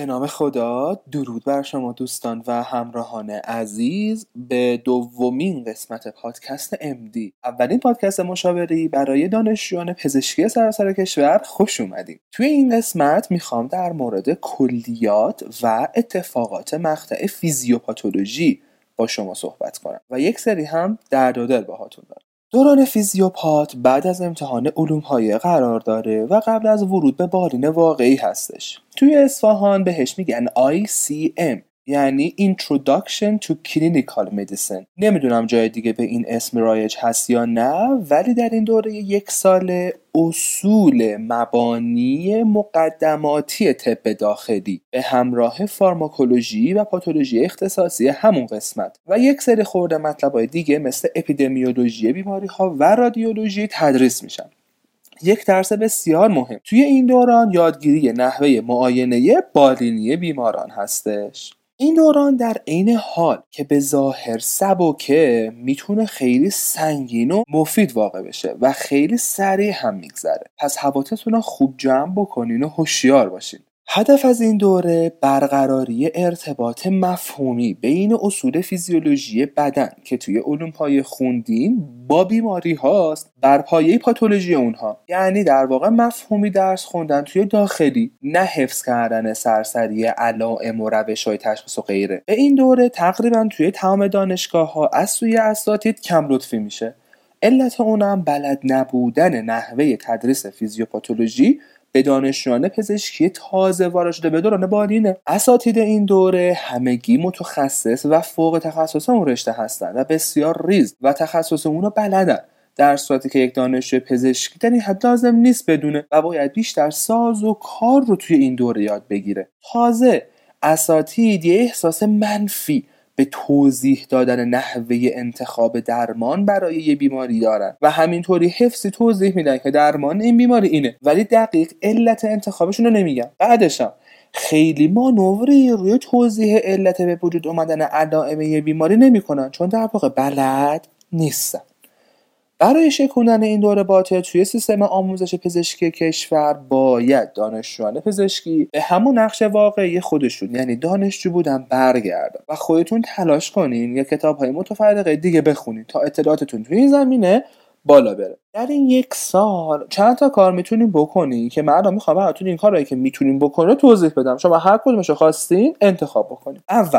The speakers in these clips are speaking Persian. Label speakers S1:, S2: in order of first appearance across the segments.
S1: به نام خدا، درود بر شما دوستان و همراهان عزیز به دومین قسمت پادکست MD، اولین پادکست مشاوری برای دانشجویان پزشکی سراسر کشور. خوش اومدید. توی این قسمت میخوام در مورد کلیات و اتفاقات مقطع فیزیوپاتولوژی با شما صحبت کنم و یک سری هم درد و دل باهاتون دارم. دوران فیزیوپات بعد از امتحان علوم پایه قرار داره و قبل از ورود به بالین واقعی هستش. توی اصفهان بهش میگن ICM، یعنی Introduction to Clinical Medicine. نمیدونم جای دیگه به این اسم رایج هست یا نه، ولی در این دوره یک ساله اصول مبانی مقدماتی طب داخلی به همراه فارماکولوژی و پاتولوژی اختصاصی همون قسمت و یک سری خورده مطلبای دیگه مثل اپیدمیولوژی بیماری ها و رادیولوژی تدریس میشن. یک درس بسیار مهم توی این دوران یادگیری نحوه معاینه بالینی بیماران هستش. این دوران در عین حال که به ظاهر سبکه میتونه خیلی سنگین و مفید واقع بشه و خیلی سریع هم میگذره. پس حواستون رو خوب جمع بکنین و هوشیار باشین. هدف از این دوره برقراری ارتباط مفهومی بین اصول فیزیولوژی بدن که توی علوم پایه خوندیم با بیماری هاست بر پایه پاتولوژی اونها. یعنی در واقع مفهومی درس خوندن توی داخلی، نه حفظ کردن سرسری علائم و روش‌های تشخیص و غیره. به این دوره تقریبا توی تمام دانشگاه ها از سوی اساتید کم لطفی میشه. علت اونم بلد نبودن نحوه تدریس فیزیوپاتولوژی به دانشجویان پزشکی تازه وارد شده به دوران بالینه. اساتید این دوره همگی متخصص و فوق تخصص اون رشته هستن و بسیار ریز و تخصص اون رو بلدن، در صورتی که یک دانشجوی پزشکی در این حد لازم نیست بدونه و باید بیشتر ساز و کار رو توی این دوره یاد بگیره. تازه اساتید یه احساس منفی به توضیح دادن نحوه انتخاب درمان برای یه بیماری دارن و همینطوری حفظی توضیح میدن که درمان این بیماری اینه، ولی دقیق علت انتخابشون رو نمیگن. بعدشم خیلی مانوری روی توضیح علت به وجود اومدن علائم یه بیماری نمیکنن، چون در واقع بلد نیستن. برای شکوندن این دوره باطل توی سیستم آموزش پزشکی کشور باید دانشجویان پزشکی به همون نقش واقعی خودشون، یعنی دانشجو بودن، برگردن و خودتون تلاش کنین یا کتاب‌های متفرقه دیگه بخونین تا اطلاعاتتون توی این زمینه بالا بره. در این یک سال چند تا کار میتونین بکنین که من الان میخوام براتون این کارهایی که میتونین بکنین توضیح بدم. شما هر کدومش رو خواستین انتخاب بکنین. اول،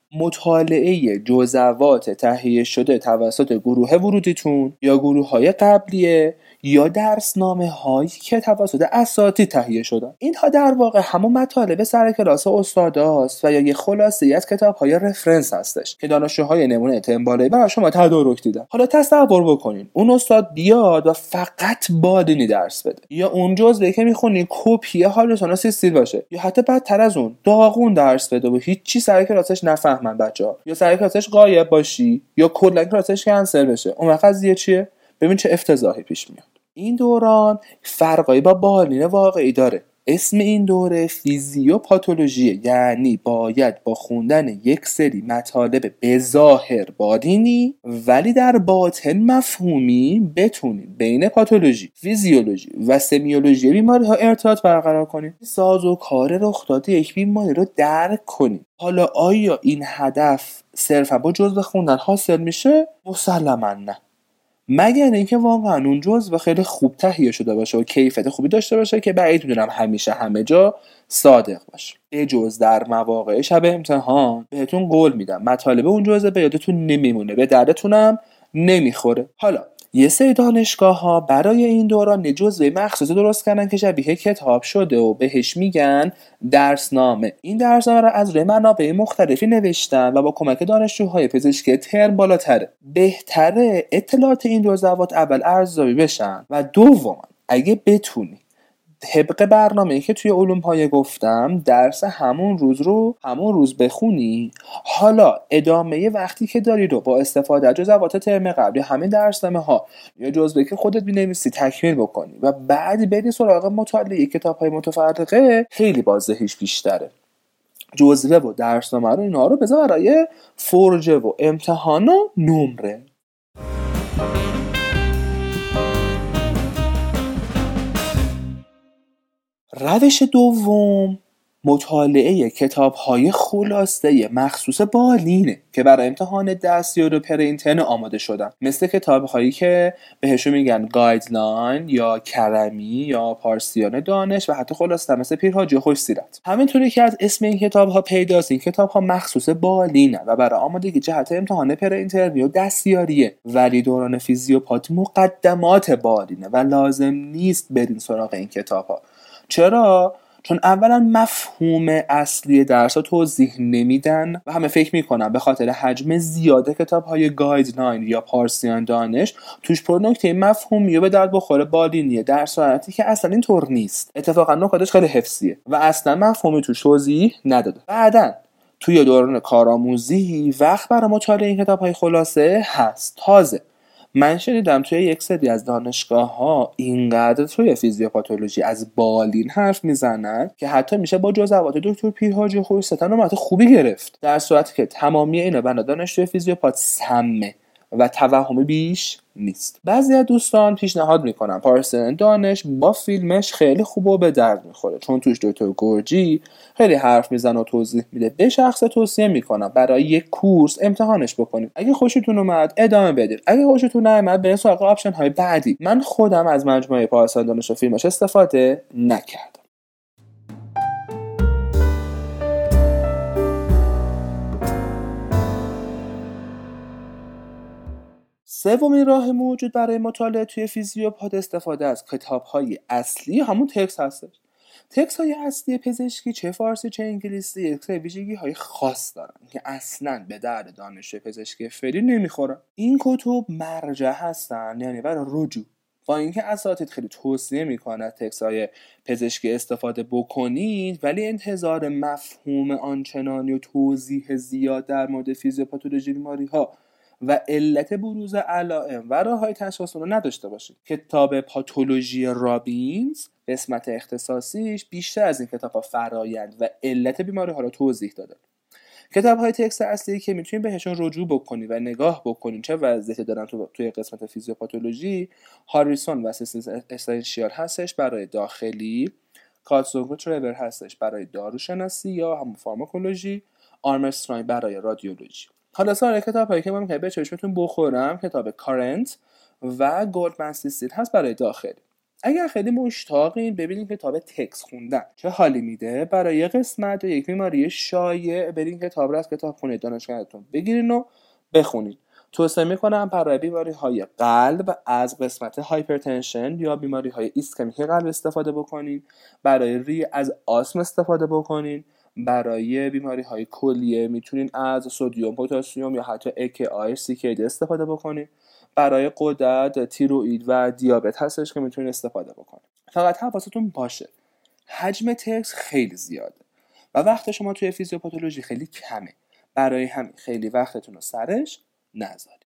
S1: مطالعه جزوات تهیه شده توسط گروه ورودیتون یا گروه‌های قبلیه یا درسنامه هایی که توسط اساتید تهیه شدن. اینها در واقع همون مطالب سر کلاس استاداست و یا یه خلاصه‌ای از کتاب‌های رفرنس هستش که دانشجوهای نمونه ترم بالایی برای شما تدارک دیدن. حالا تصور بکنین اون استاد بیاد و فقط بالینی درس بده، یا اون جزوه‌ای که میخونین کپی هالوسانا سیستیل باشه، یا حتی بدتر از اون داغون درس بده و هیچی سر کلاسش نفهمن بچه‌ها، یا سر کلاسش غایب باشی یا کلا کلاسش کنسل بشه. اون وقت قضیه چیه؟ ببین چه افتضاحی پیش میاد. این دوران فرقایی با بالین واقعی داره. اسم این دوره فیزیوپاتولوژی، یعنی باید با خوندن یک سری مطالب به ظاهر بالینی ولی در باطن مفهومی بتونید بین پاتولوژی، فیزیولوژی و سمیولوژی بیماری ها ارتباط برقرار کنید. ساز و کار رخ داده یک بیماری رو درک کنید. حالا آیا این هدف صرفا با جزء خوندن حاصل میشه؟ مسلماً نه، مگر اینکه واقعا اون جزء خیلی خوب تهیه شده باشه و کیفیت خوبی داشته باشه که بعید میدونم همیشه همه جا صادق باشه. به جز در مواقع شب امتحان بهتون قول میدم مطالب اون جزء به یادتون نمیمونه، به دردتونم نمیخوره. حالا یه سری دانشگاه ها برای این دوران جزوه مخصوصی درست کردن که شبیه کتاب شده و بهش میگن درسنامه. این درسنامه رو از روی منابع مختلفی نوشتن و با کمک دانشجوهای پزشکی ترم بالاتره. بهتره اطلاعات این جزوات اول ارزیابی بشن و دوم اگه بتونی طبق برنامه‌ای که توی علوم پایه گفتم درس همون روز بخونی، حالا ادامه وقتی که داری رو با استفاده از جزوات ترم قبل یا همین درسنامه ها یا جزوه‌ای که خودت می‌نویسی تکمیل بکنی و بعد بری سراغ مطالعه کتاب‌های متفرقه، خیلی بازدهیش بیشتره. جزوه و درسنامه رو اینا رو بذار برای فرجه و امتحان و نمره. روش دوم مطالعه کتاب‌های خلاصه مخصوص بالینه که برای امتحان دستیار و پرینترن آماده شدن، مثل کتاب‌هایی که بهشون میگن گایدلاین یا کرمی یا پارسیان دانش و حتی خلاصه مثل پیرحاجی خوش‌سیرت. همینطوری که از اسم این کتاب‌ها پیداست، این کتاب‌ها مخصوص بالینه و برای آمادگی جهت امتحان پرینترن و دستیاریه، ولی دوران فیزیوپات مقدمات بالینه و لازم نیست برین سراغ این کتاب‌ها. چرا؟ چون اولا مفهوم اصلی درس رو توضیح نمیدن و همه فکر میکنن به خاطر حجم زیاده کتاب‌های گایدلاین یا پارسیان دانش توش پر نکته مفهومی به درد بخوره بالینیه، در صورتی که اصلا اینطور نیست. اتفاقا نکاتش خیلی حفظیه و اصلا مفهومی توش توضیح نداده. بعدن توی دوران کارآموزی وقت برای مطالعه این کتاب‌های خلاصه هست. تازه من شنیدم توی یک سری از دانشگاه‌ها اینقدر توی فیزیوپاتولوژی از بالین حرف میزنن که حتی میشه با جزوات دکتر پیرحاجی خوش‌ستان نمرات خوبی گرفت، در صورتی که تمامی اینا بنا دانشجوی فیزیوپات سمه و توهم بیش نیست. بعضی از دوستان پیشنهاد میکنن پارسیان دانش با فیلمش خیلی خوب و به درد میخوره، چون توش دکتر گرجی خیلی حرف میزنه و توضیح میده. به شخص توصیه میکنم برای یک کورس امتحانش بکنید. اگه خوشتون اومد ادامه بدید، اگه خوشتون نیومد برید سراغ آپشن های بعدی. من خودم از مجموعه پارسیان دانش و فیلمش استفاده نکردم. سومین راه موجود برای مطالعه توی فیزیوپات استفاده از کتاب‌های اصلی همون تکست هستش. تکست‌های اصلی پزشکی چه فارسی چه انگلیسی یک سری ویژگی‌های خاص دارن که اصلاً به درد دانشجوی پزشکی فعلی نمیخورن. این کتب مرجع هستن، یعنی برای رجوع. با اینکه اساتید خیلی توصیه میکنن تکست‌های پزشکی استفاده بکنید، ولی انتظار مفهوم آنچنانی و توضیح زیاد در مورد فیزیوپاتولوژی بیماری‌ها و علت بروز علائم و راه‌های تشخیص رو نداشته باشید. کتاب پاتولوژی رابینز قسمت اختصاصیش بیشتر از این کتاب‌ها فرایند و علت بیماری‌ها رو توضیح داده. کتاب‌های تکست اصلی که میتونید بهشون رجوع بکنید و نگاه بکنید چه وضعیتی دارن توی قسمت فیزیوپاتولوژی، هاریسون و اسنشیال هستش برای داخلی، کاتسونگو ترور هستش برای داروشناسی یا همون فارماکولوژی، آرمسترانگ برای رادیولوژی. حالا سایر کتاب‌هایی که ممکنه به چشمتون بخورم کتاب کارنت و گلدمن سیستیل هست برای داخلی. اگر خیلی مشتاقین ببینید کتاب تکست خوندن چه حالی میده، برای یه قسمت و یک بیماری شایع برین کتاب رو از کتابخونه دانشگاهتون بگیرین و بخونید. توصیه میکنم برای بیماری‌های قلب از قسمت هایپرتنشن یا بیماری‌های ایسکمیک قلب استفاده بکنین، برای ری از آسم استفاده بکنین، برای بیماری‌های کلیه میتونین از سدیم پتاسیم یا حتی AKI CKD استفاده بکنین، برای غدد تیروئید و دیابت هستش که میتونین استفاده بکنین. فقط حواستون باشه حجم تکست خیلی زیاده و وقت شما توی فیزیوپاتولوژی خیلی کمه، برای همین خیلی وقتتون رو سرش نذارید.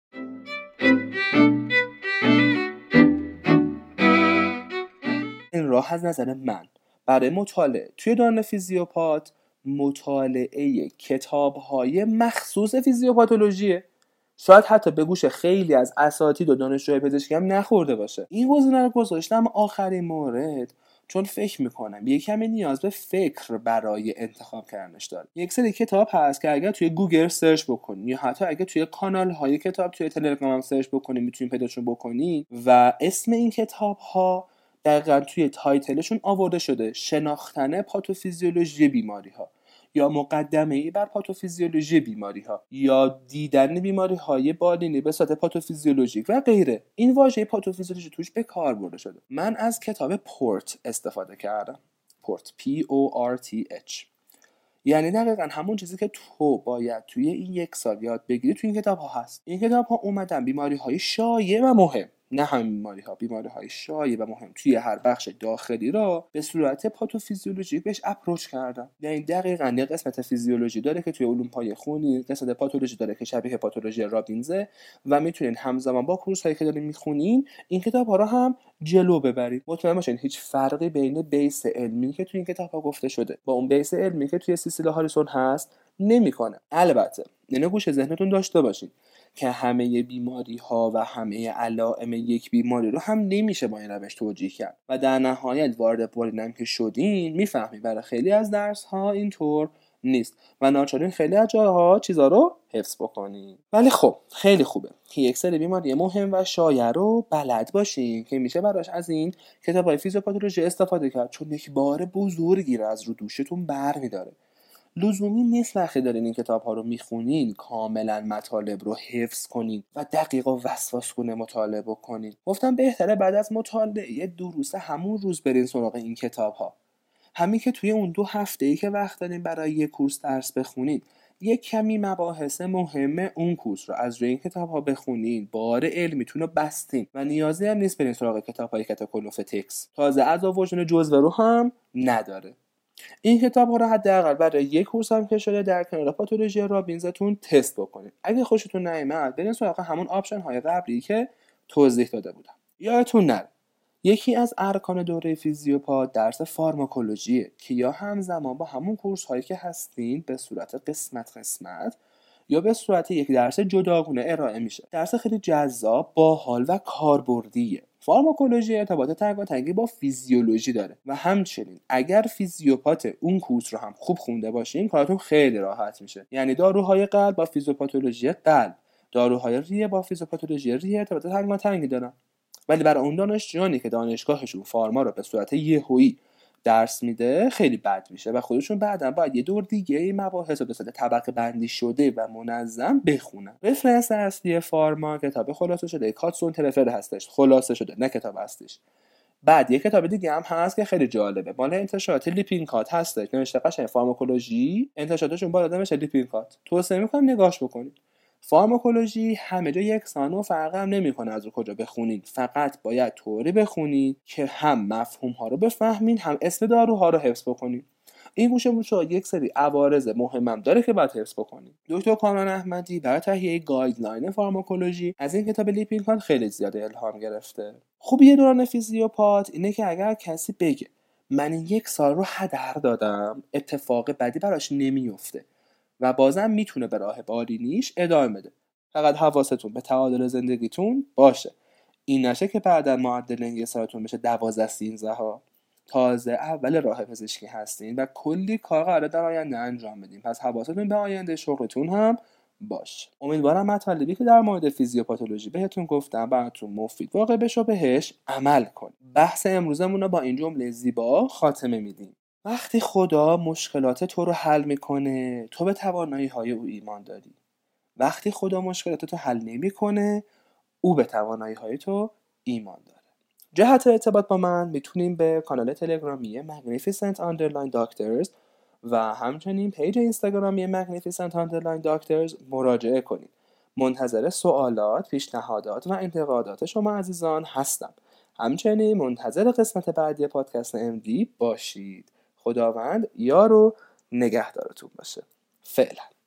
S1: این راه از نظر من برای مطالعه توی دوران فیزیوپات مطالعه کتاب‌های مخصوص فیزیوپاتولوژیه. شاید حتی به گوش خیلی از اساتید و دانشجوهای پزشکی هم نخورده باشه. این گزینه رو گذاشتم آخرین مورد چون فکر میکنم یه کمی نیاز به فکر برای انتخاب کردنش داره. یک سری کتاب هست که اگر توی گوگل سرچ بکنید یا حتی اگر توی کانال های کتاب توی تلگرام هم سرچ بکنید میتونید پیداشون بکنید و اسم این کتاب ها دقیقاً توی تایتلشون آورده شده شناختن پاتوفیزیولوژی بیماری ها یا مقدمه‌ای بر پاتوفیزیولوژی بیماری‌ها یا دیدن بیماری‌های بالینی به صورت پاتوفیزیولوژیک و غیره. این واژه پاتوفیزیولوژی توش به کار برده شده. من از کتاب پورت استفاده کردم. پورت PORTH، یعنی دقیقاً همون چیزی که تو باید توی این یک سال یاد بگیری توی این کتاب‌ها هست. این کتاب‌ها اومدن بیماری‌های شایع و مهم، نه همین بیماری‌های شایع و مهم توی هر بخش داخلی را به صورت پاتوفیزیولوژیک بهش اپروچ کردن. یعنی دقیقاً یه قسمت فیزیولوژی داره که توی علوم پایه خونی، قسمت پاتولوژی داره که شبیه پاتولوژی رابینزه و میتونین همزمان با کورس‌هایی که دارین میخونین این کتاب‌ها رو هم جلو ببرید. مطمئن باشین هیچ فرقی بین بیس علمی که توی این کتاب‌ها گفته شده با اون بیس علمی که توی سیسیلا هاریسون هست نمیکنه. البته اینو گوش ذهنتون داشته باشین که همه بیماری ها و همه علائم یک بیماری رو هم نمیشه با این روش توجیه کرد و در نهایت وارد پولینم که شدین میفهمی برای خیلی از درس ها اینطور نیست و ناچارین خیلی از جاها چیزا رو حفظ بکنین. ولی خب خیلی خوبه که یک سری بیماری مهم و شایع رو بلد باشین که میشه براش از این کتابای فیزیوپاتولوژی استفاده کرد، چون یک بار بزرگی رو از رو دوشتون برمی‌داره. لزومی نیست وقتی دارین این کتاب ها رو میخونین کاملا مطالب رو حفظ کنین و دقیق و وسواس گونه مطالعه کنین. گفتم بهتره بعد از مطالعه دروس همون روز برین سراغ این کتاب ها. همین که توی اون 2 هفته‌ای که وقت دارین برای یک کورس درس بخونید یک کمی مباحث مهم اون کورس رو از روی این کتاب ها بخونین، بار علمیتون رو بستین و نیازی هم نیست برین سراغ کتاب های کتاکلوف تکس. تازه عضو وجود جزوه رو هم نداره. این کتاب ها رو حداقل برای یک کورس هم که شده در کنار پاتولوژی رابینزتون تست بکنید. اگه خوشتون نیامد برین سراغ همون آپشن های قبلی که توضیح داده بودم. یادتون نره یکی از ارکان دوره فیزیوپات درس فارماکولوژیه که یا همزمان با همون کورس هایی که هستین به صورت قسمت یا به صورت یک درس جداگونه ارائه میشه. درس خیلی جذاب، باحال و کاربردیه. فارماکولوژی ارتباط تنگاتنگی با فیزیولوژی داره و همچنین اگر فیزیوپات اون کورس رو هم خوب خونده باشین کارتون خیلی راحت میشه. یعنی داروهای قلب با فیزیوپاتولوژی قلب، داروهای ریه با فیزیوپاتولوژی ریه ارتباط تنگاتنگی دارن. ولی برای اون دانشجویانی که دانشگاهشون فارما رو به صورت یهویی درس میده خیلی بد میشه و خودشون بعداً باید یه دور دیگه این مباحث رو به صورت طبقه بندی شده و منظم بخونن. رفرنس اصلی فارما کتاب خلاصه شده کاتسون ترفر هستش، خلاصه شده نه کتاب اصلیش. بعد یه کتاب دیگه هم هست که خیلی جالبه، مال انتشارات لیپینکات هستش، نوشته قشنگ فارماکولوژی، انتشاراتشون بالا نمیشه لیپینکات. توصیه میکنم نگاش بکنید. فارماکولوژی همه جا یکسان و فرق هم نمیکنه از رو کجا بخونید، فقط باید طوری بخونید که هم مفهوم ها رو بفهمین هم اسم داروها رو حفظ بکنید. این گوشه موشا یک سری عوارض مهمم داره که باید حفظ بکنید. دکتر کامران احمدی برای تهیه گایدلاین فارماکولوژی از این کتاب لیپینکات خیلی زیاده الهام گرفته. خوبی دوران فیزیوپات اینه که اگر کسی بگه من این 1 سال رو هدر دادم اتفاق بدی براش نمیفته و بازم میتونه به راه بالینیش ادامه بده. فقط حواستون به تعادل زندگیتون باشه. این نشه که بعداً معدل انگسارتون بشه 12-13 ها. تازه اول راه پزشکی هستین و کلی کار قراره در آینده انجام بدین، پس حواستون به آینده شغلتون هم باشه. امیدوارم مطالبی که در مورد فیزیوپاتولوژی بهتون گفتم براتون مفید واقع بشه و بهش عمل کنید. بحث امروزمون رو با این جمله زیبا خاتمه میدیم: وقتی خدا مشکلات تو رو حل میکنه تو به توانایی‌های او ایمان داری. وقتی خدا مشکلات تو حل نمیکنه او به توانایی‌های تو ایمان داره. جهت ارتباط با من میتونیم به کانال تلگرامی Magnificent Underline Doctors و همچنین پیج اینستاگرامی Magnificent Underline Doctors مراجعه کنید. منتظر سوالات، پیشنهادات و انتقادات شما عزیزان هستم. همچنین منتظر قسمت بعدی پادکست MD باشید. خداوند یار و نگهدارتون باشه. فعلا.